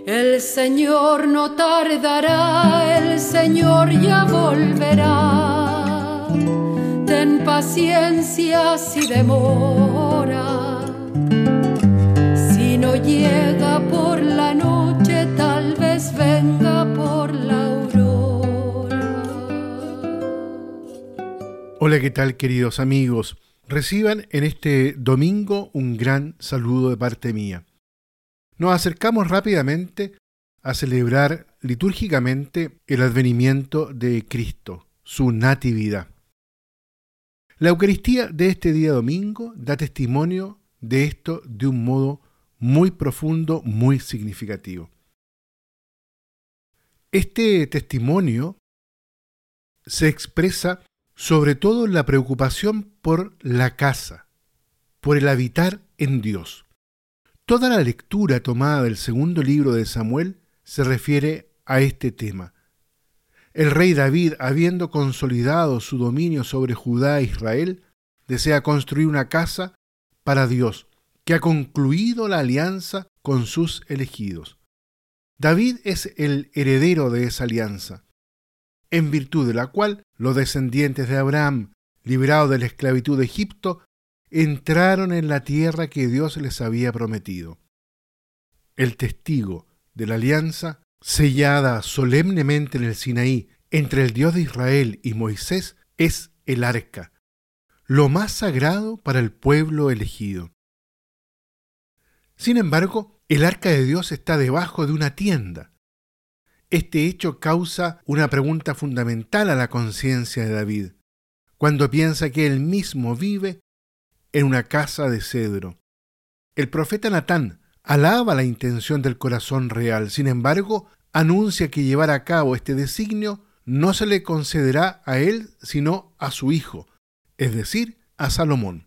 El Señor no tardará, el Señor ya volverá. Ten paciencia si demora. Si no llega por la noche, tal vez venga por la aurora. Hola, ¿qué tal, queridos amigos? Reciban en este domingo un gran saludo de parte mía. Nos acercamos rápidamente a celebrar litúrgicamente el advenimiento de Cristo, su natividad. La Eucaristía de este día domingo da testimonio de esto de un modo muy profundo, muy significativo. Este testimonio se expresa sobre todo en la preocupación por la casa, por el habitar en Dios. Toda la lectura tomada del segundo libro de Samuel se refiere a este tema. El rey David, habiendo consolidado su dominio sobre Judá e Israel, desea construir una casa para Dios, que ha concluido la alianza con sus elegidos. David es el heredero de esa alianza, en virtud de la cual los descendientes de Abraham, liberados de la esclavitud de Egipto, entraron en la tierra que Dios les había prometido. El testigo de la alianza, sellada solemnemente en el Sinaí entre el Dios de Israel y Moisés, es el arca, lo más sagrado para el pueblo elegido. Sin embargo, el arca de Dios está debajo de una tienda. Este hecho causa una pregunta fundamental a la conciencia de David, cuando piensa que él mismo vive en una casa de cedro. El profeta Natán alaba la intención del corazón real, sin embargo, anuncia que llevar a cabo este designio no se le concederá a él, sino a su hijo, es decir, a Salomón.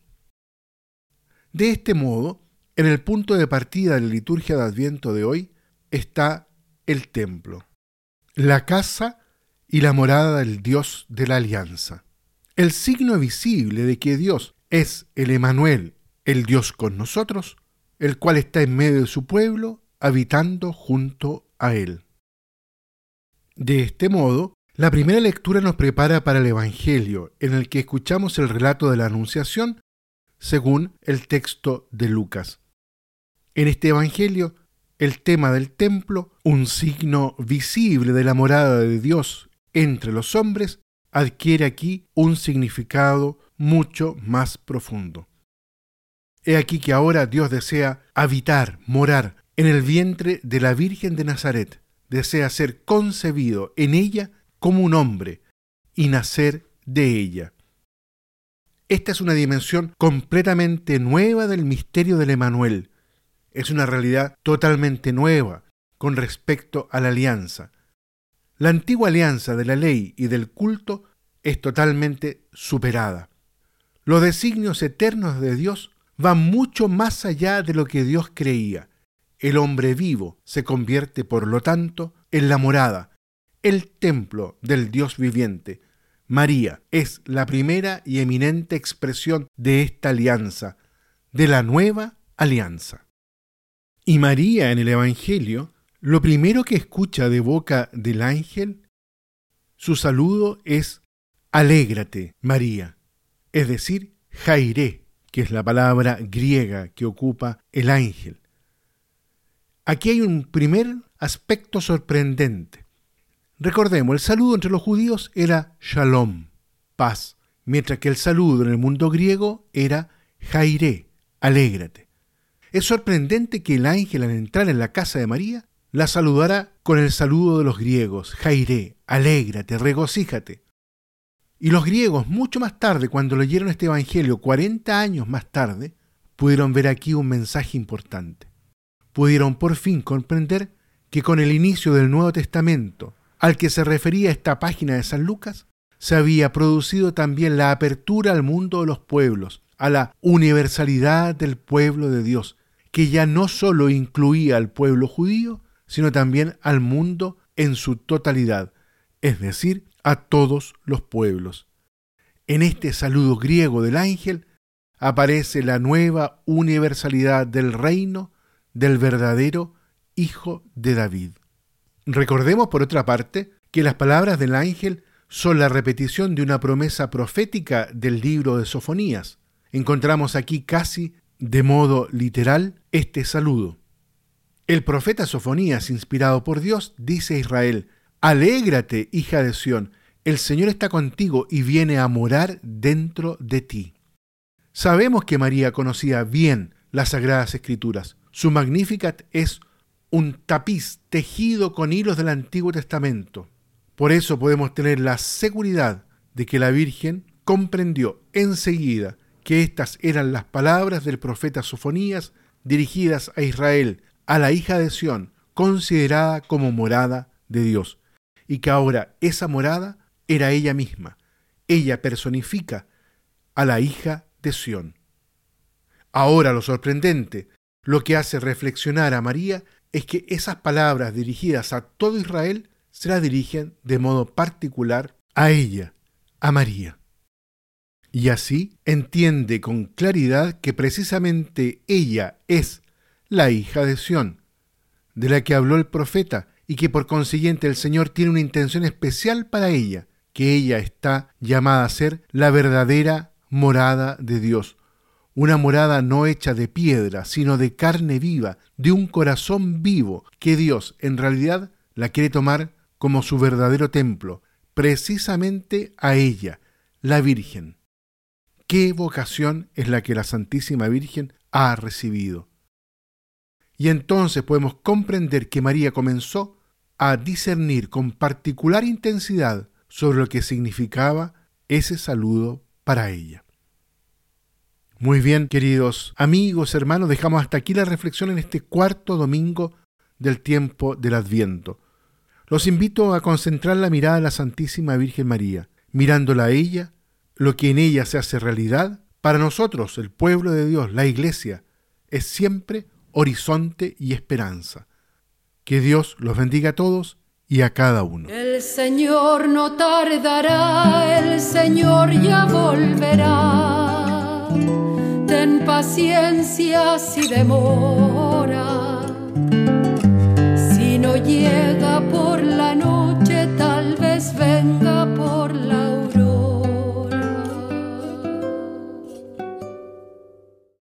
De este modo, en el punto de partida de la liturgia de Adviento de hoy está el templo, la casa y la morada del Dios de la alianza. El signo visible de que Dios es el Emmanuel, el Dios con nosotros, el cual está en medio de su pueblo, habitando junto a él. De este modo, la primera lectura nos prepara para el Evangelio, en el que escuchamos el relato de la Anunciación, según el texto de Lucas. En este Evangelio, el tema del templo, un signo visible de la morada de Dios entre los hombres, adquiere aquí un significado mucho más profundo. He aquí que ahora Dios desea habitar, morar en el vientre de la Virgen de Nazaret, desea ser concebido en ella como un hombre y nacer de ella. Esta es una dimensión completamente nueva del misterio del Emmanuel. Es una realidad totalmente nueva con respecto a la alianza. La antigua alianza de la ley y del culto es totalmente superada. Los designios eternos de Dios van mucho más allá de lo que Dios creía. El hombre vivo se convierte, por lo tanto, en la morada, el templo del Dios viviente. María es la primera y eminente expresión de esta alianza, de la nueva alianza. Y María en el Evangelio, lo primero que escucha de boca del ángel, su saludo es «Alégrate, María», es decir, «Jairé», que es la palabra griega que ocupa el ángel. Aquí hay un primer aspecto sorprendente. Recordemos, el saludo entre los judíos era Shalom, paz, mientras que el saludo en el mundo griego era Jairé, alégrate. Es sorprendente que el ángel, al entrar en la casa de María, la saludara con el saludo de los griegos, Jairé, alégrate, regocíjate. Y los griegos, mucho más tarde, cuando leyeron este evangelio, 40 años más tarde, pudieron ver aquí un mensaje importante. Pudieron por fin comprender que con el inicio del Nuevo Testamento, al que se refería esta página de San Lucas, se había producido también la apertura al mundo de los pueblos, a la universalidad del pueblo de Dios, que ya no solo incluía al pueblo judío, sino también al mundo en su totalidad, es decir, a todos los pueblos. En este saludo griego del ángel aparece la nueva universalidad del reino del verdadero hijo de David. Recordemos, por otra parte, que las palabras del ángel son la repetición de una promesa profética del libro de Sofonías. Encontramos aquí casi de modo literal este saludo. El profeta Sofonías, inspirado por Dios, dice a Israel: «Alégrate, hija de Sión, el Señor está contigo y viene a morar dentro de ti». Sabemos que María conocía bien las Sagradas Escrituras. Su Magnificat es un tapiz tejido con hilos del Antiguo Testamento. Por eso podemos tener la seguridad de que la Virgen comprendió enseguida que estas eran las palabras del profeta Sofonías dirigidas a Israel, a la hija de Sión, considerada como morada de Dios, y que ahora esa morada era ella misma. Ella personifica a la hija de Sión. Ahora lo sorprendente, lo que hace reflexionar a María, es que esas palabras dirigidas a todo Israel se las dirigen de modo particular a ella, a María. Y así entiende con claridad que precisamente ella es la hija de Sión, de la que habló el profeta, y que por consiguiente el Señor tiene una intención especial para ella, que ella está llamada a ser la verdadera morada de Dios, una morada no hecha de piedra, sino de carne viva, de un corazón vivo, que Dios en realidad la quiere tomar como su verdadero templo, precisamente a ella, la Virgen. ¿Qué vocación es la que la Santísima Virgen ha recibido? Y entonces podemos comprender que María comenzó a discernir con particular intensidad sobre lo que significaba ese saludo para ella. Muy bien, queridos amigos, hermanos, dejamos hasta aquí la reflexión en este cuarto domingo del tiempo del Adviento. Los invito a concentrar la mirada en la Santísima Virgen María, mirándola a ella, lo que en ella se hace realidad. Para nosotros, el pueblo de Dios, la Iglesia, es siempre horizonte y esperanza. Que Dios los bendiga a todos y a cada uno. El Señor no tardará, el Señor ya volverá. Ten paciencia si demora, si no llega